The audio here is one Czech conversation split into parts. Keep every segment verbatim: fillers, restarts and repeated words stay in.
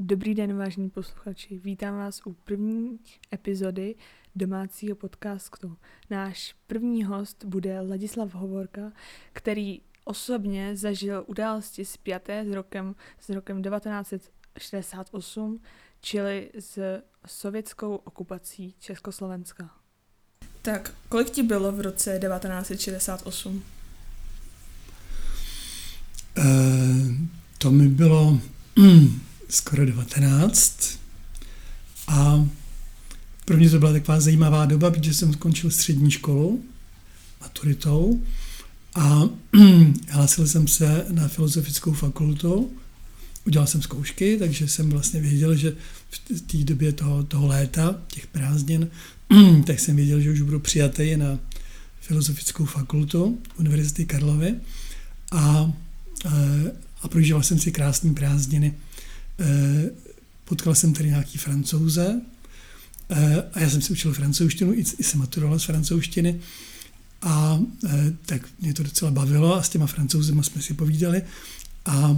Dobrý den, vážení posluchači. Vítám vás u první epizody domácího podcastu. Náš první host bude Ladislav Hovorka, který osobně zažil události spjaté s rokem, s rokem devatenáct set šedesát osm, čili s sovětskou okupací Československa. Tak, kolik ti bylo v roce devatenáct set šedesát osm? Uh, to mi bylo skoro devatenáct a pro mě to byla taková zajímavá doba, protože jsem skončil střední školu maturitou a hlásil jsem se na filozofickou fakultu, udělal jsem zkoušky, takže jsem vlastně věděl, že v té době toho, toho léta, těch prázdnin, tak jsem věděl, že už budu přijatý na filozofickou fakultu Univerzity Karlovy a, a prožíval jsem si krásné prázdniny. Potkal jsem tady nějaký Francouze a já jsem si učil francouzštinu, i jsem maturoval z francouzštiny a tak mě to docela bavilo a s těma Francouzema jsme si povídali a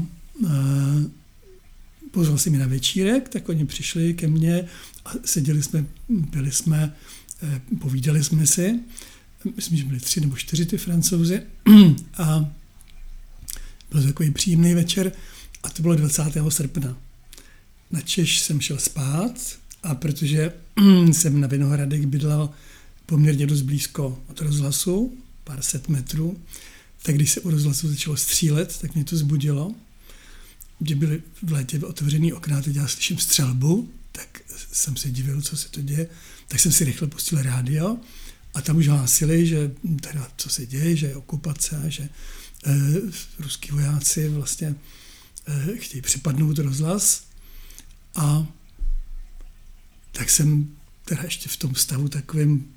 pozval si mi na večírek, tak oni přišli ke mně a seděli jsme, byli jsme, povídali jsme si, myslím, že byli tři nebo čtyři ty Francouzi a byl to takový příjemný večer a to bylo dvacátého srpna. Načež jsem šel spát a protože jsem na Vinohradech bydlel poměrně dost blízko od rozhlasu, pár set metrů, tak když se u rozhlasu začalo střílet, tak mě to zbudilo, že byly v létě otevřený okna, teď já slyším střelbu, tak jsem se divil, co se to děje, tak jsem si rychle pustil rádio a tam už hlásili, že teda co se děje, že je okupace a že eh, ruský vojáci vlastně eh, chtějí připadnout rozhlas. A tak jsem teda ještě v tom stavu takovým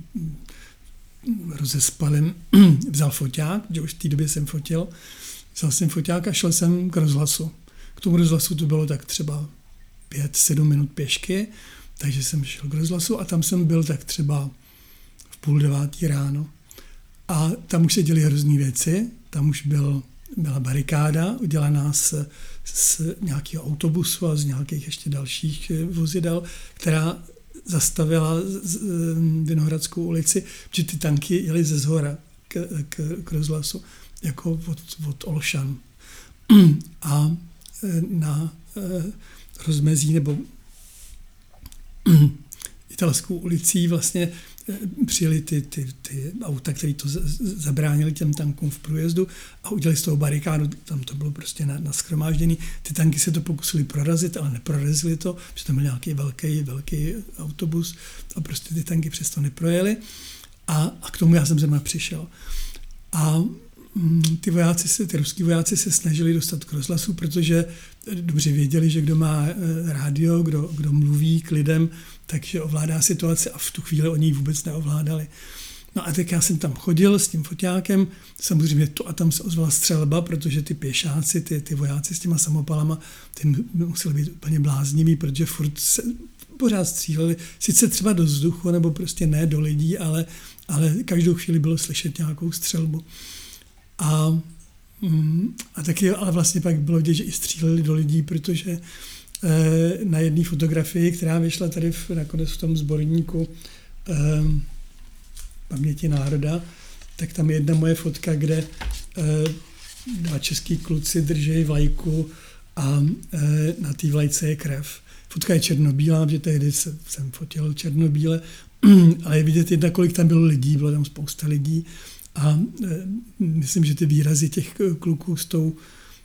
rozespalým vzal foťák, že už v té době jsem fotil, vzal jsem foťák a šel jsem k rozhlasu. K tomu rozhlasu to bylo tak třeba pět, sedm minut pěšky, takže jsem šel k rozhlasu a tam jsem byl tak třeba v půl devátý ráno. A tam už se děly hrozný věci, tam už byl byla barikáda udělaná z, z nějakého autobusu a z nějakých ještě dalších vozidel, která zastavila Vinohradskou ulici, protože ty tanky jeli ze zhora k, k, k rozhlasu, jako od, od Olšan. A na rozmezí nebo italskou ulicí vlastně přijeli ty, ty, ty auta, které to zabránili těm tankům v průjezdu a udělali z toho barikádu, tam to bylo prostě naschromážděné. Ty tanky se to pokusili prorazit, ale neprorazili to, protože tam byl nějaký velký, velký autobus a prostě ty tanky přesto neprojeli a, a k tomu já jsem zrovna přišel. A ty vojáci se, ty ruský vojáci se snažili dostat k rozhlasu, protože dobře věděli, že kdo má rádio, kdo, kdo mluví k lidem, takže ovládá situaci a v tu chvíli oni ji vůbec neovládali. No a tak já jsem tam chodil s tím foťákem, samozřejmě to a tam se ozvala střelba, protože ty pěšáci, ty, ty vojáci s těma samopalama, ty museli být úplně blázniví, protože furt se pořád stříleli, sice třeba do vzduchu, nebo prostě ne do lidí, ale, ale každou chvíli bylo slyšet nějakou střelbu. A, a taky, ale vlastně pak bylo vidět, že i stříleli do lidí, protože eh, na jedné fotografii, která vyšla tady v, nakonec v tom sborníku eh, Paměti národa, tak tam je jedna moje fotka, kde eh, dva český kluci drží vlajku a eh, na té vlajce je krev. Fotka je černobílá, protože tehdy jsem fotil černobíle, ale je vidět jedna, kolik tam bylo lidí, bylo tam spousta lidí. A e, myslím, že ty výrazy těch kluků s tou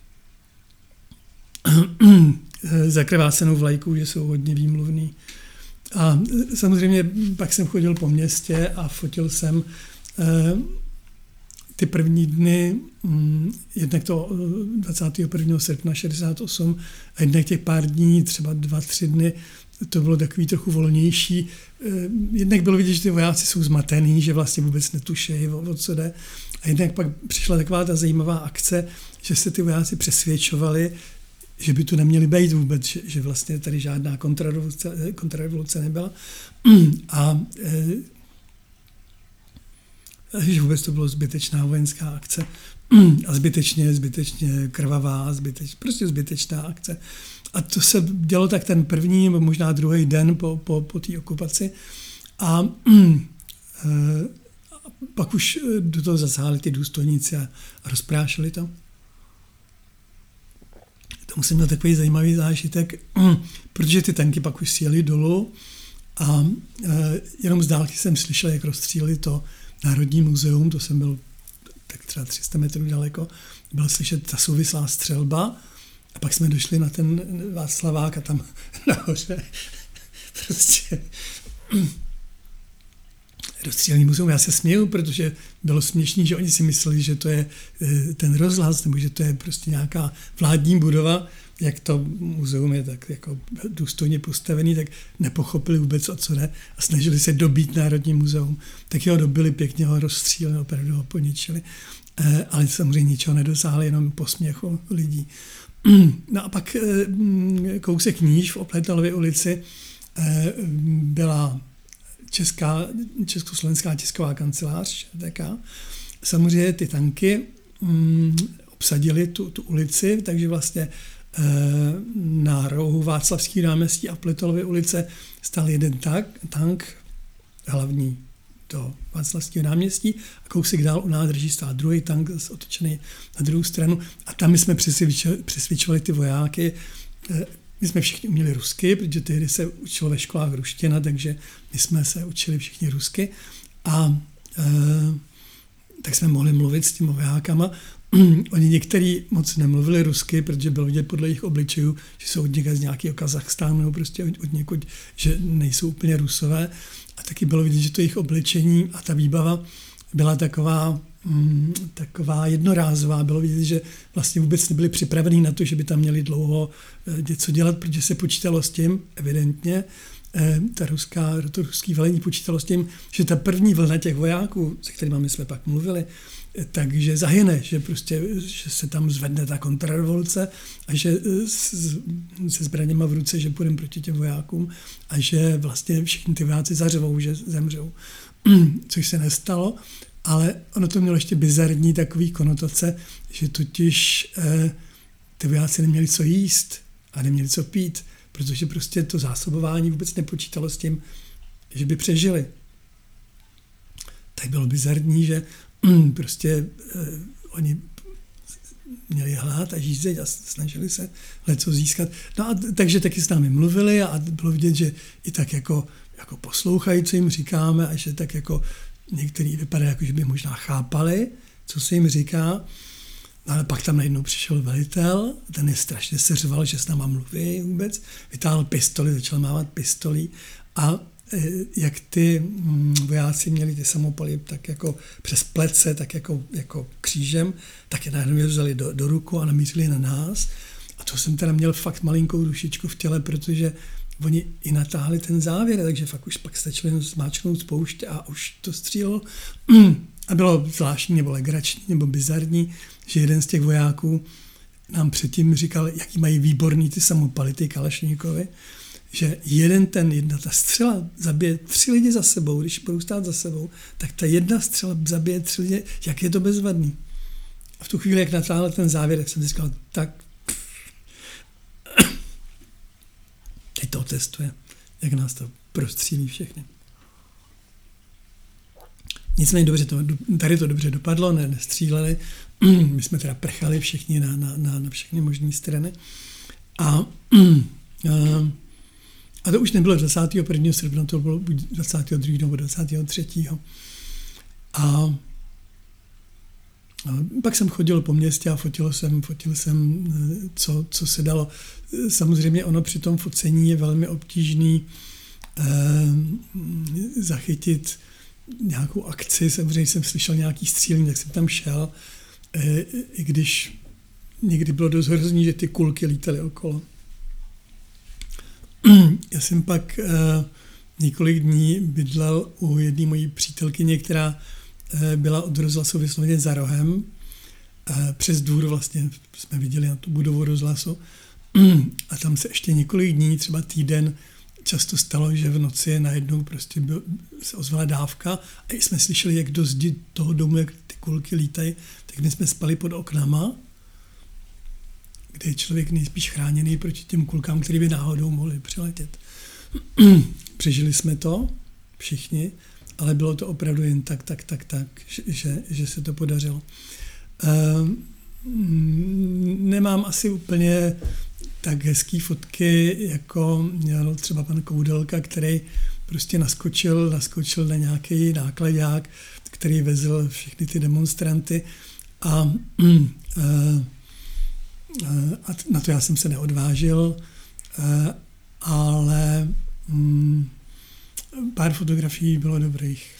zakrvácenou vlajkou, že jsou hodně výmluvný. A e, samozřejmě pak jsem chodil po městě a fotil jsem e, ty první dny, m, jednak to dvacátého prvního srpna šedesát osm a jednak těch pár dní, třeba dva, tři dny, to bylo takový trochu volnější. Jednak bylo vidět, že ty vojáci jsou zmatený, že vlastně vůbec netušejí, o co jde. A jednak pak přišla taková ta zajímavá akce, že se ty vojáci přesvědčovali, že by tu neměli být vůbec, že, že vlastně tady žádná kontrarevoluce, kontrarevoluce nebyla. A že vůbec to bylo zbytečná vojenská akce. A zbytečně, zbytečně krvavá, zbyteč, prostě zbytečná akce. a to se dělo tak ten první, nebo možná druhý den po, po, po té okupaci. A e, pak už do toho zasáhli ty důstojníci a, a rozprášili to. Tomu jsem měl takový zajímavý zážitek, protože ty tanky pak už sjeli dolů a e, jenom z dálky jsem slyšel, jak rozstříleli to Národní muzeum, to jsem byl tak třeba tři sta metrů daleko, byla slyšet ta souvislá střelba a pak jsme došli na ten Václavák a tam nahoře prostě rozstřílený muzeum. Já se směju, protože bylo směšný, že oni si mysleli, že to je ten rozhlas, nebo že to je prostě nějaká vládní budova, jak to muzeum je tak jako důstojně postavený, tak nepochopili vůbec, o co jde a snažili se dobít Národní muzeum. Tak ho dobili, pěkně ho rozstříleli, opravdu ho poničili. Ale samozřejmě ničeho nedosáhli, jenom posměchu lidí. No a pak kousek níž v Oplétalově ulici byla Česká, Československá tisková kancelář, ČTK. Samozřejmě ty tanky mm, obsadili tu, tu ulici, takže vlastně e, na rohu Václavský náměstí a Oplétalovy ulice stál jeden tank, tank hlavní do Václavského náměstí a kousek dál u nádrží stál druhý tank otočený na druhou stranu a tam my jsme přesvědčovali, přesvědčovali ty vojáky. E, My jsme všichni uměli rusky, protože tehdy se učilo ve školách ruština, takže my jsme se učili všichni rusky a e, tak jsme mohli mluvit s těmi vojákama. Oni některý moc nemluvili rusky, protože bylo vidět podle jejich obličejů, že jsou od někud z nějakého Kazachstánu nebo prostě od někud, že nejsou úplně Rusové. A taky bylo vidět, že to jejich oblečení a ta výbava byla taková, mm, taková jednorázová. Bylo vidět, že vlastně vůbec nebyli připravení na to, že by tam měli dlouho e, něco dělat, protože se počítalo s tím, evidentně, e, ta ruská, to ruský velení počítalo s tím, že ta první vlna těch vojáků, se kterými my jsme pak mluvili, e, takže zahyne, že prostě že se tam zvedne ta kontrarevoluce a že e, s, se zbraněma v ruce, že půjdeme proti těm vojákům a že vlastně všichni ty vojáci zařvou, že zemřou. Což se nestalo, ale ono to mělo ještě bizarní takový konotace, že totiž eh, ty vojáci neměli co jíst a neměli co pít, protože prostě to zásobování vůbec nepočítalo s tím, že by přežili. Tak bylo bizarní, že mm, prostě eh, oni měli hlad a žízeň a snažili se leco získat. No a takže taky s námi mluvili a bylo vidět, že i tak jako jako poslouchají, co jim říkáme a že tak jako některý vypadá, jako že by možná chápali, co se jim říká. No ale pak tam najednou přišel velitel, ten je strašně seřval, že s náma mluví vůbec, vytáhl pistoli, začal mávat pistolí a e, jak ty mm, vojáci měli ty samopaly tak jako přes plece, tak jako, jako křížem, tak je najednou je vzali do, do ruku a namířili na nás. A to jsem teda měl fakt malinkou dušičku v těle, protože oni i natáhli ten závěr, takže fakt už pak stačilo zmáčknout spoušť a už to střílelo. A bylo zvláštní nebo legrační nebo bizarní, že jeden z těch vojáků nám předtím říkal, jaký mají výborný ty samopaly, ty Kalašníkovi, že jeden ten, jedna ta střela zabije tři lidi za sebou, když budou stát za sebou, tak ta jedna střela zabije tři lidi, jak je to bezvadný. A v tu chvíli, jak natáhl ten závěr, tak jsem si říkal, tak teď to testuje, jak nás to prostřílí všechny. Nicméně dobře, to, tady to dobře dopadlo, ne, nestříleli, my jsme teda prchali všichni na, na, na, na všechny možné strany. A, a, a to už nebylo dvacátého prvního srpna, to bylo buď dvacátého druhého nebo dvacátého třetího A, a pak jsem chodil po městě a fotil jsem, fotil jsem co, co se dalo. Samozřejmě ono při tom focení je velmi obtížný eh, zachytit nějakou akci. Samozřejmě jsem slyšel nějaký střílení, tak jsem tam šel, eh, i když někdy bylo dost hrozný, že ty kulky lítaly okolo. Já jsem pak eh, několik dní bydlel u jedné mojí přítelkyně, která byla od rozhlasu vysloveně za rohem. Přes dvůr vlastně jsme viděli na tu budovu rozhlasu. A tam se ještě několik dní, třeba týden, často stalo, že v noci najednou prostě byl, se ozvala dávka a jsme slyšeli, jak do zdi toho domu, jak ty kulky lítají, tak my jsme spali pod oknama. kde je člověk nejspíš chráněný proti těm kulkám, které by náhodou mohly přiletět. Přežili jsme to, všichni, ale bylo to opravdu jen tak, tak, tak, tak, že, že se to podařilo. Ehm, nemám asi úplně tak hezký fotky, jako měl třeba pan Koudelka, který prostě naskočil, naskočil na nějaký nákladák, který vezl všechny ty demonstranty a, a na to já jsem se neodvážil, ale pár fotografií bylo dobrých.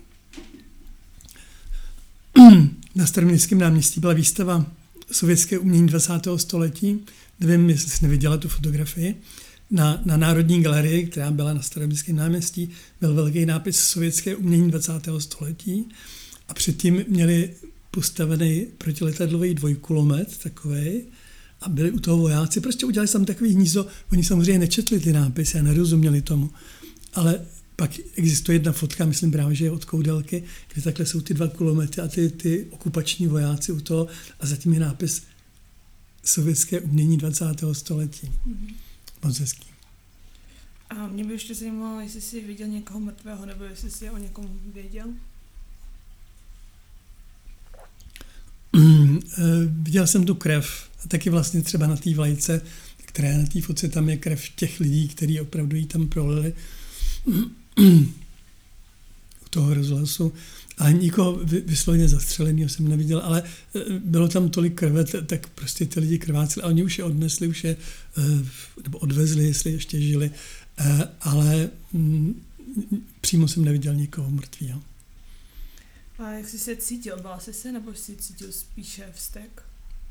Na Staroměstském náměstí byla výstava sovětské umění dvacátého století. Nevím, jestli jsi neviděla tu fotografii. Na, na Národní galerii, která byla na Staroměstském náměstí, byl velký nápis sovětské umění dvacátého století a předtím měli postavený protiletadlový dvojkulomet takovej a byli u toho vojáci. Prostě udělali tam takový hnízdo. Oni samozřejmě nečetli ty nápisy a nerozuměli tomu. Ale pak existuje jedna fotka, myslím právě, že je od Koudelky, kde takhle jsou ty dva kulomety a ty, ty okupační vojáci u toho a zatím je nápis sovětské umění dvacátého století. Mm-hmm. Moc hezký. A mě by ještě zajímalo, jestli jsi viděl někoho mrtvého, nebo jestli jsi o někom věděl? Mm, viděl jsem tu krev. A taky vlastně třeba na té vlajce, která na té fotce, tam je krev těch lidí, kteří opravdu ji tam prolili u toho rozhlasu. A nikoho vysloveně zastřelenýho jsem neviděl, ale bylo tam tolik krve, tak prostě ty lidi krváceli. A oni už je odnesli, už je, nebo odvezli, jestli ještě žili, ale přímo jsem neviděl nikoho mrtvýho. A jak jsi se cítil? Bál jsi se, nebo jsi cítil spíše vztek?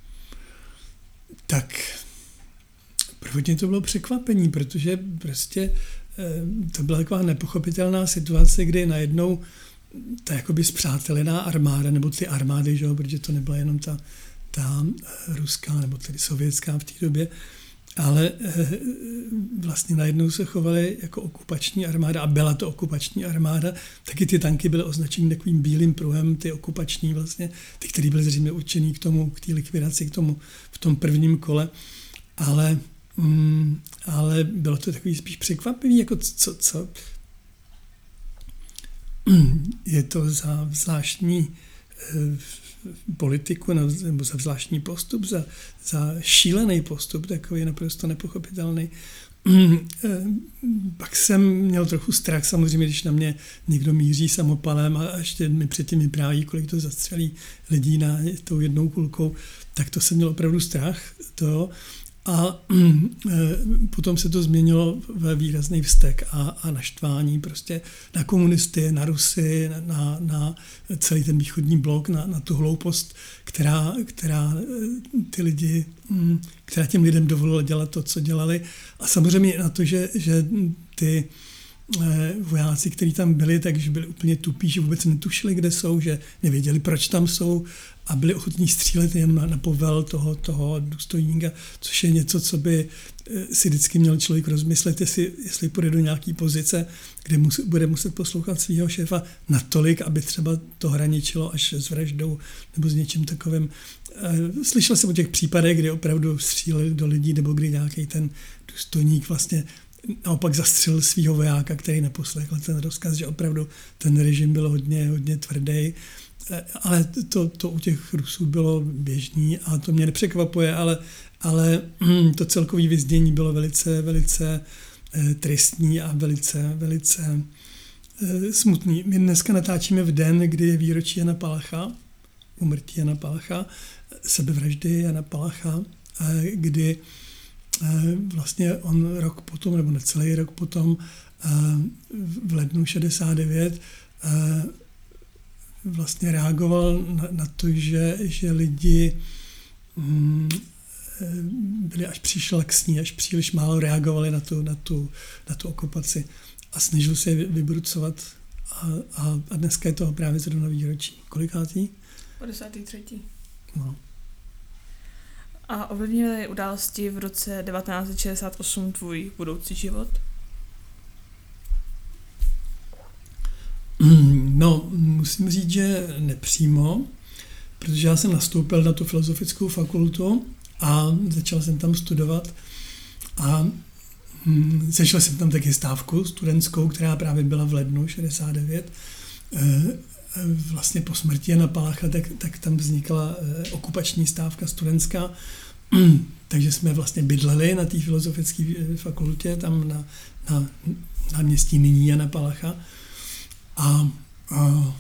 Tak prvotně to bylo překvapení, protože prostě to byla taková nepochopitelná situace, kdy najednou ta jakoby spřátelená armáda, nebo ty armády, že jo, protože to nebyla jenom ta, ta ruská, nebo tedy sovětská v té době, ale vlastně najednou se chovaly jako okupační armáda a byla to okupační armáda, taky ty tanky byly označeny takovým bílým pruhem, ty okupační vlastně, ty, které byly zřejmě určený k tomu, k té likvidaci, k tomu v tom prvním kole, ale, mm, ale bylo to takový spíš překvapivý, jako co, co je to za zvláštní eh, politiku nebo za zvláštní postup, za, za šílený postup, takový naprosto nepochopitelný. Pak jsem měl trochu strach, samozřejmě, když na mě někdo míří samopalem a ještě mi předtím vypráví, kolik to zastřelí lidí na tou jednou kulkou, tak to jsem měl opravdu strach. To. A potom se to změnilo ve výrazný vztek a, a naštvání prostě na komunisty, na Rusy, na, na celý ten východní blok, na, na tu hloupost, která, která ty lidi, která těm lidem dovolila dělat to, co dělali. A samozřejmě na to, že, že ty vojáci, kteří tam byli, takže byli úplně tupí, že vůbec netušili, kde jsou, že nevěděli, proč tam jsou a byli ochotní střílet jen na, na povel toho, toho důstojníka, což je něco, co by si vždycky měl člověk rozmyslet, jestli, jestli půjde do nějaký pozice, kde mus, bude muset poslouchat svého šéfa natolik, aby třeba to hraničilo až s vraždou nebo s něčím takovým. Slyšel jsem o těch případech, kdy opravdu stříleli do lidí, nebo kdy nějaký ten důstojník vlastně naopak zastřelil svého vojáka, který neposlechl ten rozkaz, že opravdu ten režim byl hodně, hodně tvrdý. Ale to, to u těch Rusů bylo běžný a to mě nepřekvapuje, ale, ale to celkové vyzdění bylo velice, velice tristní a velice, velice smutný. My dneska natáčíme v den, kdy je výročí Jana Palacha, úmrtí Jana Palacha, sebevraždy Jana Palacha, kdy vlastně on rok potom, nebo necelý rok potom, v lednu šedesát devět vlastně reagoval na, na to, že, že lidi mm, byli až příliš laxní, až příliš málo reagovali na tu, na tu, na tu okupaci a snažil se je vybrucovat a, a, a dneska je toho právě zrovna výročí. Kolikátý? padesátý třetí No. A ovlivnily události v roce devatenáct set šedesát osm tvůj budoucí život? No, musím říct, že nepřímo, protože já jsem nastoupil na tu filozofickou fakultu a začal jsem tam studovat a hm, začal jsem tam taky stávku studentskou, která právě byla v lednu šedesát devět. E, vlastně po smrti Jana Palacha, tak, tak tam vznikla e, okupační stávka studentská, takže jsme vlastně bydleli na té filozofické fakultě, tam na, na náměstí nyní Jana Palacha. A, a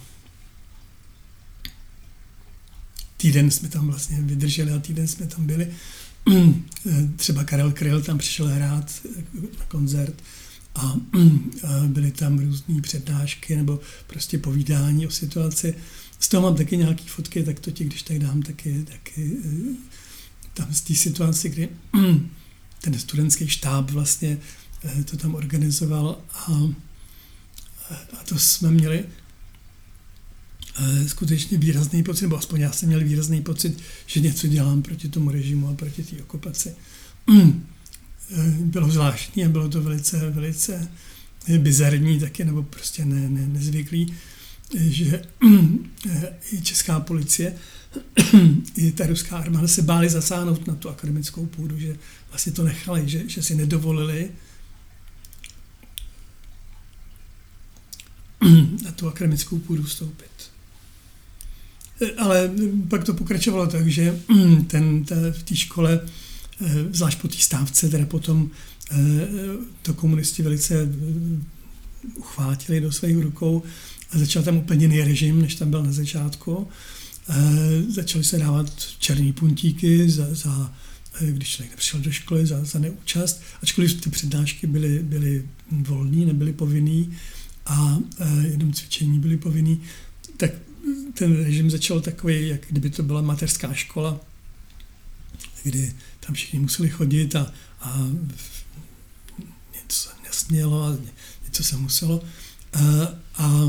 týden jsme tam vlastně vydrželi a týden jsme tam byli. Třeba Karel Kryl tam přišel hrát na koncert a, a byly tam různé přednášky nebo prostě povídání o situaci. Z toho mám taky nějaké fotky, tak to ti, když tak dám, taky, taky tam z té situace, kdy ten studentský štáb vlastně to tam organizoval a, a to jsme měli skutečně výrazný pocit, nebo aspoň já jsem měl výrazný pocit, že něco dělám proti tomu režimu a proti té okupaci. Bylo zvláštní a bylo to velice, velice bizarní taky, nebo prostě ne, ne, nezvyklý, že i česká policie, i ta ruská armáda se báli zasáhnout na tu akademickou půdu, že vlastně to nechali, že, že si nedovolili na tu akademickou půdu vstoupit. Ale pak to pokračovalo tak, že ten, ta, v té škole, zvlášť po té stávce, teda potom to komunisti velice uchvátili do svých rukou a začal tam úplně jiný režim, než tam byl na začátku. Začaly se dávat černý puntíky, za, za, když člověk nepřišel do školy, za, za neúčast, ačkoliv ty přednášky byly, byly volný, nebyly povinný a jenom cvičení byly povinný, tak ten režim začal takový, jak kdyby to byla mateřská škola, kdy tam všichni museli chodit a, a něco se nesmělo a něco se muselo. A, a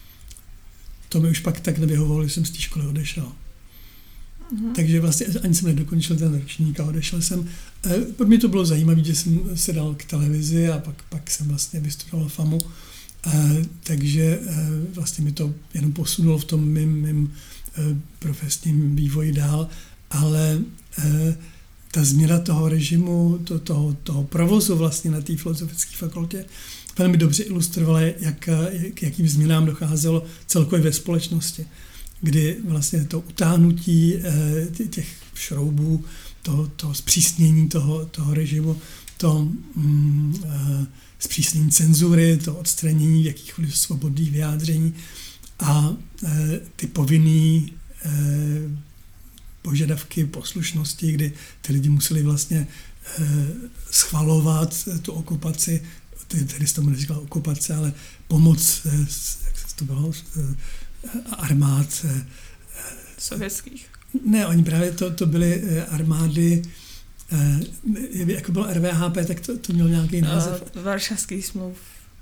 to mi už pak tak nevyhovovalo, že jsem z té školy odešel. Mm-hmm. Takže vlastně ani jsem nedokončil ten ročník a odešel jsem. Pro mě to bylo zajímavé, že jsem se dal k televizi a pak, pak jsem vlastně vystudoval FAMu. Uh, takže uh, vlastně mi to jenom posunulo v tom mým, mým uh, profesním vývoji dál, ale uh, ta změna toho režimu, to, toho, toho provozu vlastně na té filozofické fakultě velmi dobře ilustrovala, jak, jak, jakým změnám docházelo celkově ve společnosti, kdy vlastně to utáhnutí uh, těch šroubů, toho, toho zpřísnění toho, toho režimu, to um, uh, zpřísnění cenzury, to odstranění jakýchkoliv svobodných vyjádření a e, ty povinné e, požadavky poslušnosti, kdy ty lidi museli vlastně e, schvalovat tu okupaci, tedy se tomu neříkala okupace, ale pomoc, e, jak to bylo, e, armád. E, Sovětských. Ne, oni právě to, to byly armády, jako bylo R V H P, tak to, to mělo nějaký název. Uh, Varšavský smlouvy.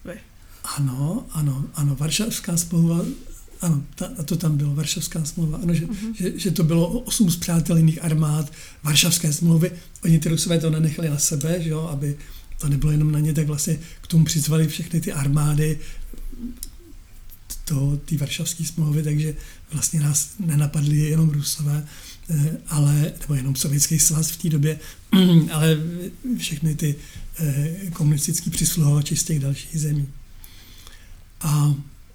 Ano, ano, ano, Varšavská smlouva, ano, ta, to tam bylo, Varšavská smlouva, ano, že, uh-huh. že, že to bylo osm spřátelených armád Varšavské smlouvy, oni ty Rusové to nenechali na sebe, že jo, aby to nebylo jenom na ně, tak vlastně k tomu přizvali všechny ty armády té Varšavské smlouvy, takže vlastně nás nenapadli jenom Rusové, ale, nebo jenom Sovětský svaz v té době, ale všechny ty komunistický přisluhovači z těch dalších zemí. A,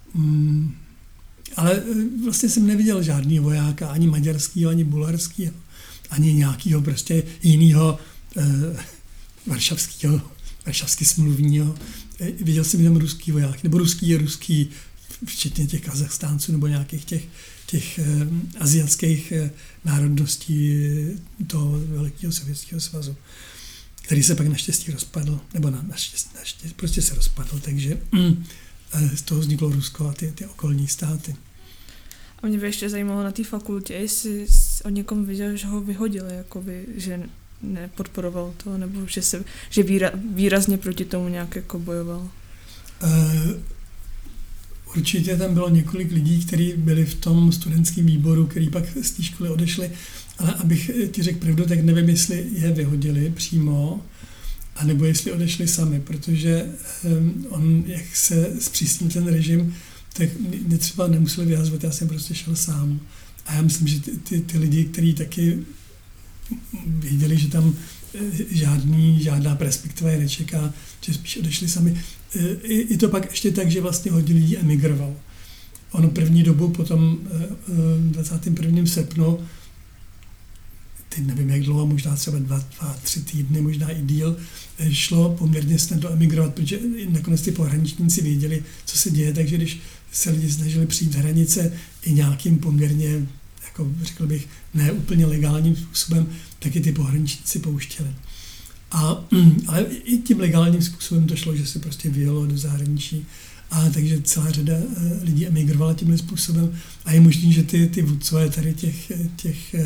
ale vlastně jsem neviděl žádný vojáka, ani maďarskýho, ani bulharskýho, ani nějakého prostě jinýho varšavského, varšavský smluvního. Viděl jsem jenom ruský voják, nebo ruský je ruský, včetně těch Kazachstánců nebo nějakých těch, těch eh, asiatských eh, národností toho velkého Sovětského svazu, který se pak naštěstí rozpadl, nebo na, naštěstí, naštěstí prostě se rozpadl, takže mm, eh, z toho vzniklo Rusko a ty, ty okolní státy. A mě by ještě zajímalo na té fakultě, jestli o někom viděl, že ho vyhodili, jakoby, že nepodporoval to, nebo že, se, že výra, výrazně proti tomu nějak jako bojoval. Uh, Určitě tam bylo několik lidí, kteří byli v tom studentském výboru, který pak z té školy odešli, ale abych ti řekl pravdu, tak nevím, jestli je vyhodili přímo, anebo jestli odešli sami, protože um, on, jak se zpřísnil ten režim, tak mě třeba nemuseli vyhazovat, já jsem prostě šel sám. A já myslím, že ty, ty, ty lidi, kteří taky věděli, že tam žádný, žádná perspektiva je nečeká, že spíš odešli sami. I, I to pak ještě tak, že vlastně hodně lidí emigrovalo. Ono první dobu potom dvacátého prvního srpnu, teď nevím jak dlouho, možná třeba dva, dva, tři týdny, možná i díl, šlo poměrně snadno emigrovat, protože nakonec ty pohraničníci věděli, co se děje, takže když se lidi snažili přijít hranice i nějakým poměrně, jako řekl bych, ne úplně legálním způsobem, tak i ty pohraničníci pouštěli. A, ale i tím legálním způsobem to šlo, že se prostě vyjelo do zahraničí. A takže celá řada lidí emigrovala tímhle způsobem a je možný, že ty, ty vůdcové tady těch, těch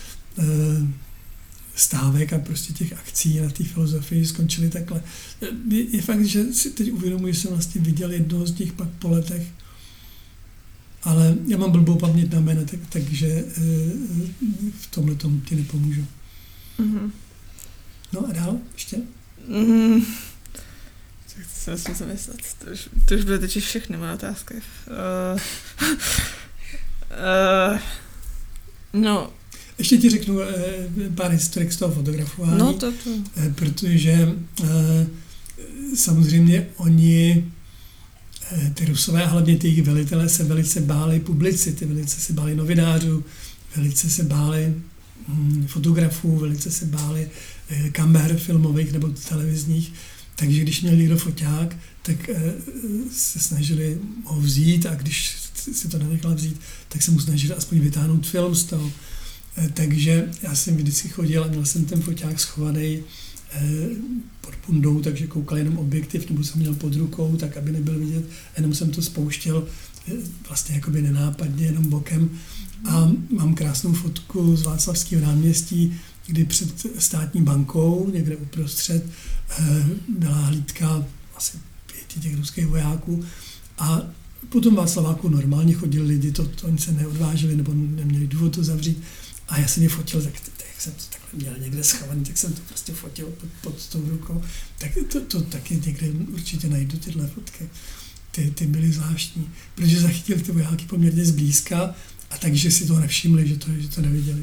stávek a prostě těch akcí na té filozofii skončily takhle. Je, je fakt, že si teď uvědomuji, že jsem vlastně viděl jednoho z těch pak po letech, ale já mám blbou paměť na jména, tak, takže v tomhle tomu ti nepomůžu. Mm-hmm. No a dál ještě? Mm. Tak to se musím zamyslet. To už, to už byly teď všechny moje otázky. Uh, uh, no. Ještě ti řeknu uh, pár historik z toho fotografování. No to to. Uh, protože uh, samozřejmě oni, uh, ty Rusové a hlavně ty jejich velitelé se velice báli publicity, velice se báli novinářů, velice se báli um, fotografů, velice se báli uh, kamer filmových nebo televizních. Takže když měl někdo foťák, tak se snažili ho vzít a když si to nenechal vzít, tak se mu snažili aspoň vytáhnout film z toho. Takže já jsem vždycky chodil a měl jsem ten foťák schovaný pod pundou, takže koukal jenom objektiv, nebo jsem měl pod rukou, tak aby nebyl vidět, jenom jsem to spouštěl vlastně jakoby nenápadně, jenom bokem. A mám krásnou fotku z Václavského náměstí, kdy před státní bankou, někde uprostřed, byla hlídka asi pěti těch ruských vojáků a potom Václaváku normálně chodili lidi, to, to oni se neodvážili nebo neměli důvod to zavřít a já jsem je fotil, tak, tak jsem to takhle měl někde schovaný, tak jsem to prostě fotil pod, pod tou rukou, tak to, to taky někde určitě najdu tyhle fotky. Ty, ty byly zvláštní, protože zachytili ty vojáky poměrně zblízka a takže si toho nevšimli, že to, že to neviděli.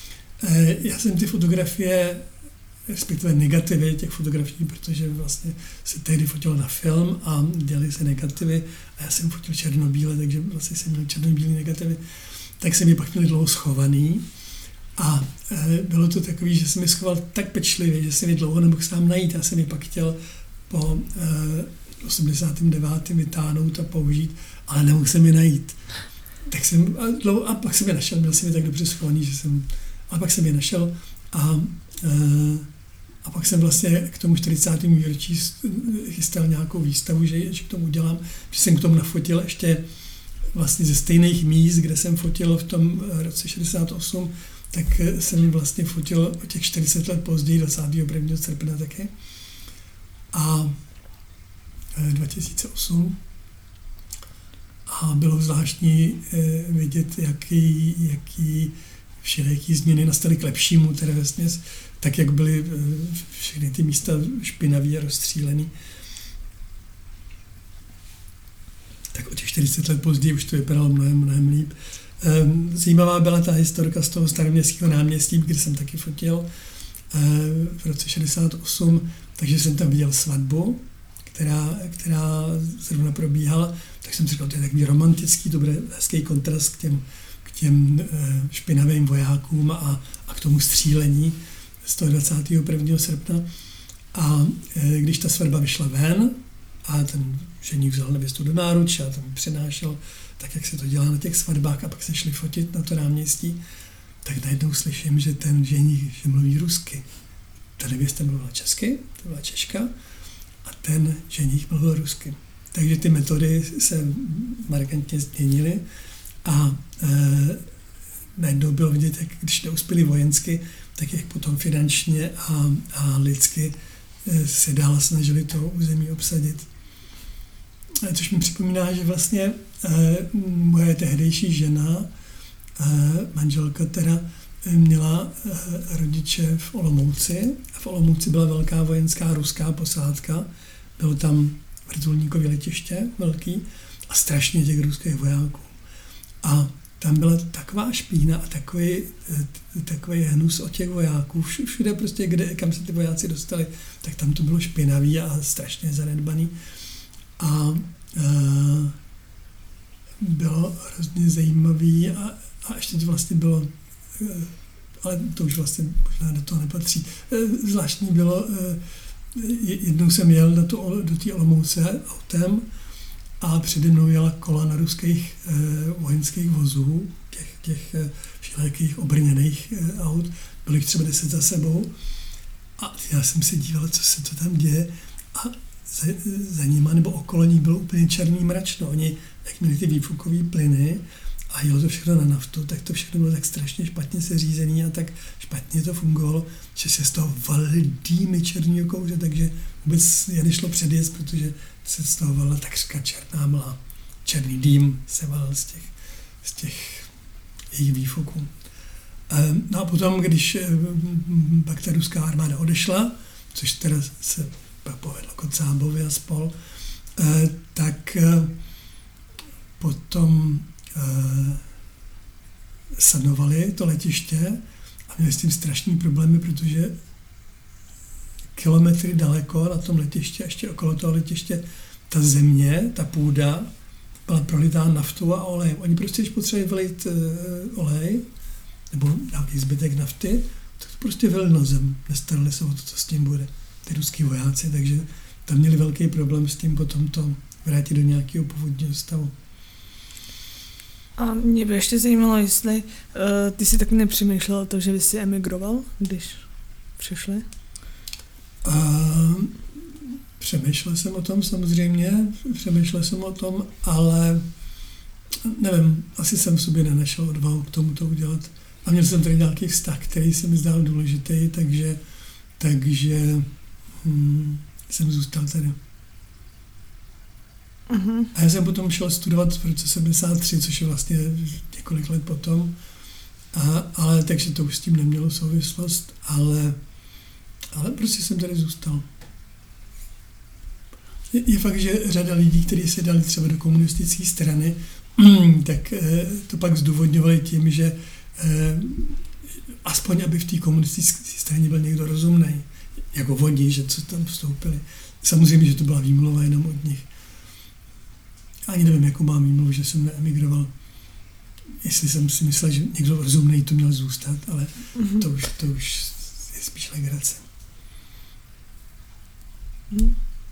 Já jsem ty fotografie, respektive negativy těch fotografií, protože vlastně se tehdy fotilo na film a dělali se negativy a já jsem fotil černobíle, takže vlastně jsem měl černobílé negativy, tak jsem je pak měl dlouho schovaný a bylo to takový, že jsem je schoval tak pečlivě, že jsem je dlouho nemohl sám najít. Já jsem je pak chtěl po osmdesátém devátém vytáhnout a použít, ale nemohl jsem je najít. Tak jsem, a, dlouho, a pak jsem je našel, byl jsem je tak dobře schovaný, že jsem, a pak jsem je našel a, a pak jsem vlastně k tomu čtyřicátému výročí chystal nějakou výstavu, že, že k tomu udělám, že jsem k tomu nafotil ještě vlastně ze stejných míst, kde jsem fotil v tom roce šedesát osm, tak jsem vlastně fotil o těch čtyřicet let později, dvacátého prvního srpna taky. A dva tisíce osm. A bylo zvláštní vidět, jaký, jaký všelijaký změny nastaly k lepšímu, tedy vesměs, tak jak byly všechny ty místa špinavý a rozstřílený. Tak o těch čtyřicet let později už to vypadalo mnohem, mnohem líp. Zajímavá byla ta historka z toho Staroměstského náměstí, kde jsem taky fotil v roce šedesát osm, takže jsem tam viděl svatbu, která, která zrovna probíhala, tak jsem si říkal, to je takový romantický, to bude hezký kontrast k těm, k těm špinavým vojákům a, a k tomu střílení z toho dvacátého prvního srpna. A když ta svatba vyšla ven a ten ženich vzal nevěstu do náruče a tam přenášel, tak jak se to dělá na těch svatbách a pak se šli fotit na to náměstí, tak najednou slyším, že ten ženich že mluví rusky. Ta nevěsta mluvila česky, to byla Češka, a ten ženich mluvil rusky. Takže ty metody se markantně změnily a e, najednou bylo vidět, jak když neuspěli vojensky, tak jak potom finančně a, a lidsky e, se dál snažili to území obsadit. E, což mi připomíná, že vlastně e, moje tehdejší žena, e, manželka teda, měla rodiče v Olomouci a v Olomouci byla velká vojenská ruská posádka, bylo tam vrtulníkové letiště velký a strašně těch ruských vojáků. A tam byla taková špína a takový, takový hnus od těch vojáků. Všude prostě, kde, kam se ty vojáci dostali, tak tam to bylo špinavý a strašně zanedbaný. A, a bylo hrozně zajímavý a, a ještě to vlastně bylo, ale to už vlastně možná do toho nepatří. Zvláštní bylo, jednou jsem jel do, to, do té Olomouce autem a přede mnou jela kolona ruských eh, vojenských vozů, těch, těch eh, všelijakých obrněných eh, aut, bylo jich třeba deset za sebou a já jsem se díval, co se to tam děje a za, za nima nebo okolo nich bylo úplně černý mračno. Oni, jak měli ty výfukové plyny a jelo to všechno na naftu, tak to všechno bylo tak strašně špatně seřízené a tak špatně to fungovalo, že se z toho valily dýmy černého kouře, takže vůbec je nešlo předjet, protože se z toho valila takřka černá mlha. Černý dým se valil z těch, z těch jejich výfuků. No a potom, když pak ta ruská armáda odešla, což teda se povedlo Kocábovi a spol, tak potom sanovali to letiště a měli s tím strašný problémy, protože kilometry daleko na tom letiště, ještě okolo toho letiště, ta země, ta půda byla prolitá naftou a olejem. Oni prostě, když potřebovali vylít uh, olej, nebo nějaký zbytek nafty, tak to prostě vylili na zem. Nestarali se o to, co s tím bude. Ty ruský vojáci, takže tam měli velký problém s tím potom to vrátit do nějakého původního stavu. A mě by ještě zajímalo, jestli uh, ty si taky nepřemýšlel to, že by si emigroval, když přišli? Uh, přemýšlel jsem o tom samozřejmě, přemýšlel jsem o tom, ale nevím, asi jsem v sobě nenašel odvahu k tomu to udělat. A měl jsem tady nějaký vztah, který se mi zdál důležitý, takže, takže hm, jsem zůstal tady. Uh-huh. A já jsem potom šel studovat v roce sedmdesát tři, což je vlastně několik let potom, a, ale takže to už s tím nemělo souvislost, ale, ale prostě jsem tady zůstal. Je, je fakt, že řada lidí, kteří se dali třeba do komunistické strany, tak eh, to pak zdůvodňovali tím, že eh, aspoň aby v té komunistické straně byl někdo rozumnej, jako oni, že co tam vstoupili. Samozřejmě, že to byla výmluva jenom od nich. Ani nevím, jakou mám výmluvu, že jsem neemigroval. Jestli jsem si myslel, že někdo rozumnej to měl zůstat, ale mm-hmm. to, už, to už je spíš legrace. Mm.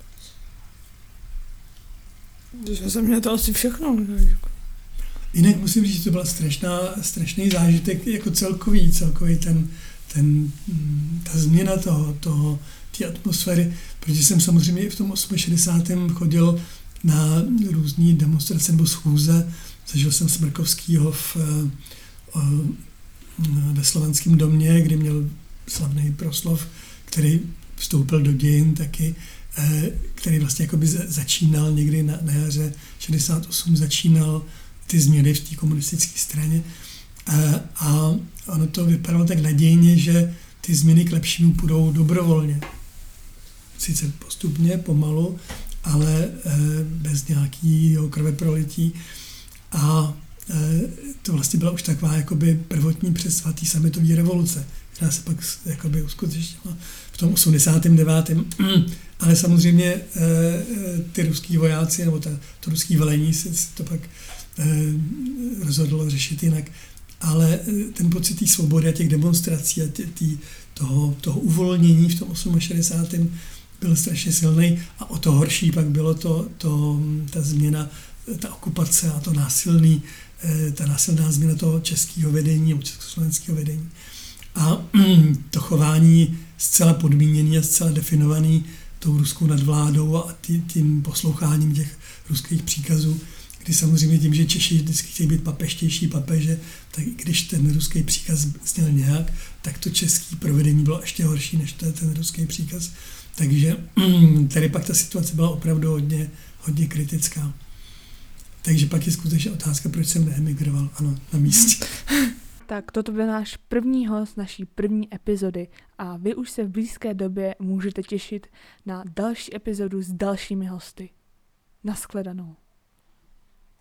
Já jsem měl to asi všechno. Jinak musím říct, že to byla strašná, strašný zážitek jako celkový, celkový ten, ten, ta změna toho, toho, té atmosféry, protože jsem samozřejmě i v tom šedesátém osmém chodil na různý demonstrace nebo schůze. Zažil jsem Smrkovskýho v, ve Slovanském domě, kdy měl slavný proslov, který vstoupil do dějin taky, který vlastně jakoby začínal někdy na, na jaře šedesát osm, začínal ty změny v té komunistické straně. A ono to vypadalo tak nadějně, že ty změny k lepšímu půjdou dobrovolně. Sice postupně, pomalu, ale bez nějakého krveprolití. A to vlastně byla už taková jakoby prvotní představa té sametové revoluce, která se pak jakoby uskutečnila v tom osmdesátém devátém Ale samozřejmě ty ruský vojáci, nebo ta, to ruský velení se to pak rozhodlo řešit jinak. Ale ten pocit té svobody a těch demonstrací a tě, tý, toho, toho uvolnění v tom šedesátém osmém byl strašně silný a o to horší pak bylo to, to, ta změna, ta okupace a to násilný, ta násilná změna toho českého vedení nebo československého vedení. A to chování zcela podmíněný a zcela definovaný tou ruskou nadvládou a tý, tím posloucháním těch ruských příkazů, kdy samozřejmě tím, že Češi vždycky chtějí být papeštější papeže, tak když ten ruský příkaz zněl nějak, tak to české provedení bylo ještě horší než ten, ten ruský příkaz. Takže tady pak ta situace byla opravdu hodně, hodně kritická. Takže pak je skutečně otázka, proč jsem neemigroval. Ano, na místě. Tak toto byl náš první host naší první epizody a vy už se v blízké době můžete těšit na další epizodu s dalšími hosty. Naschledanou.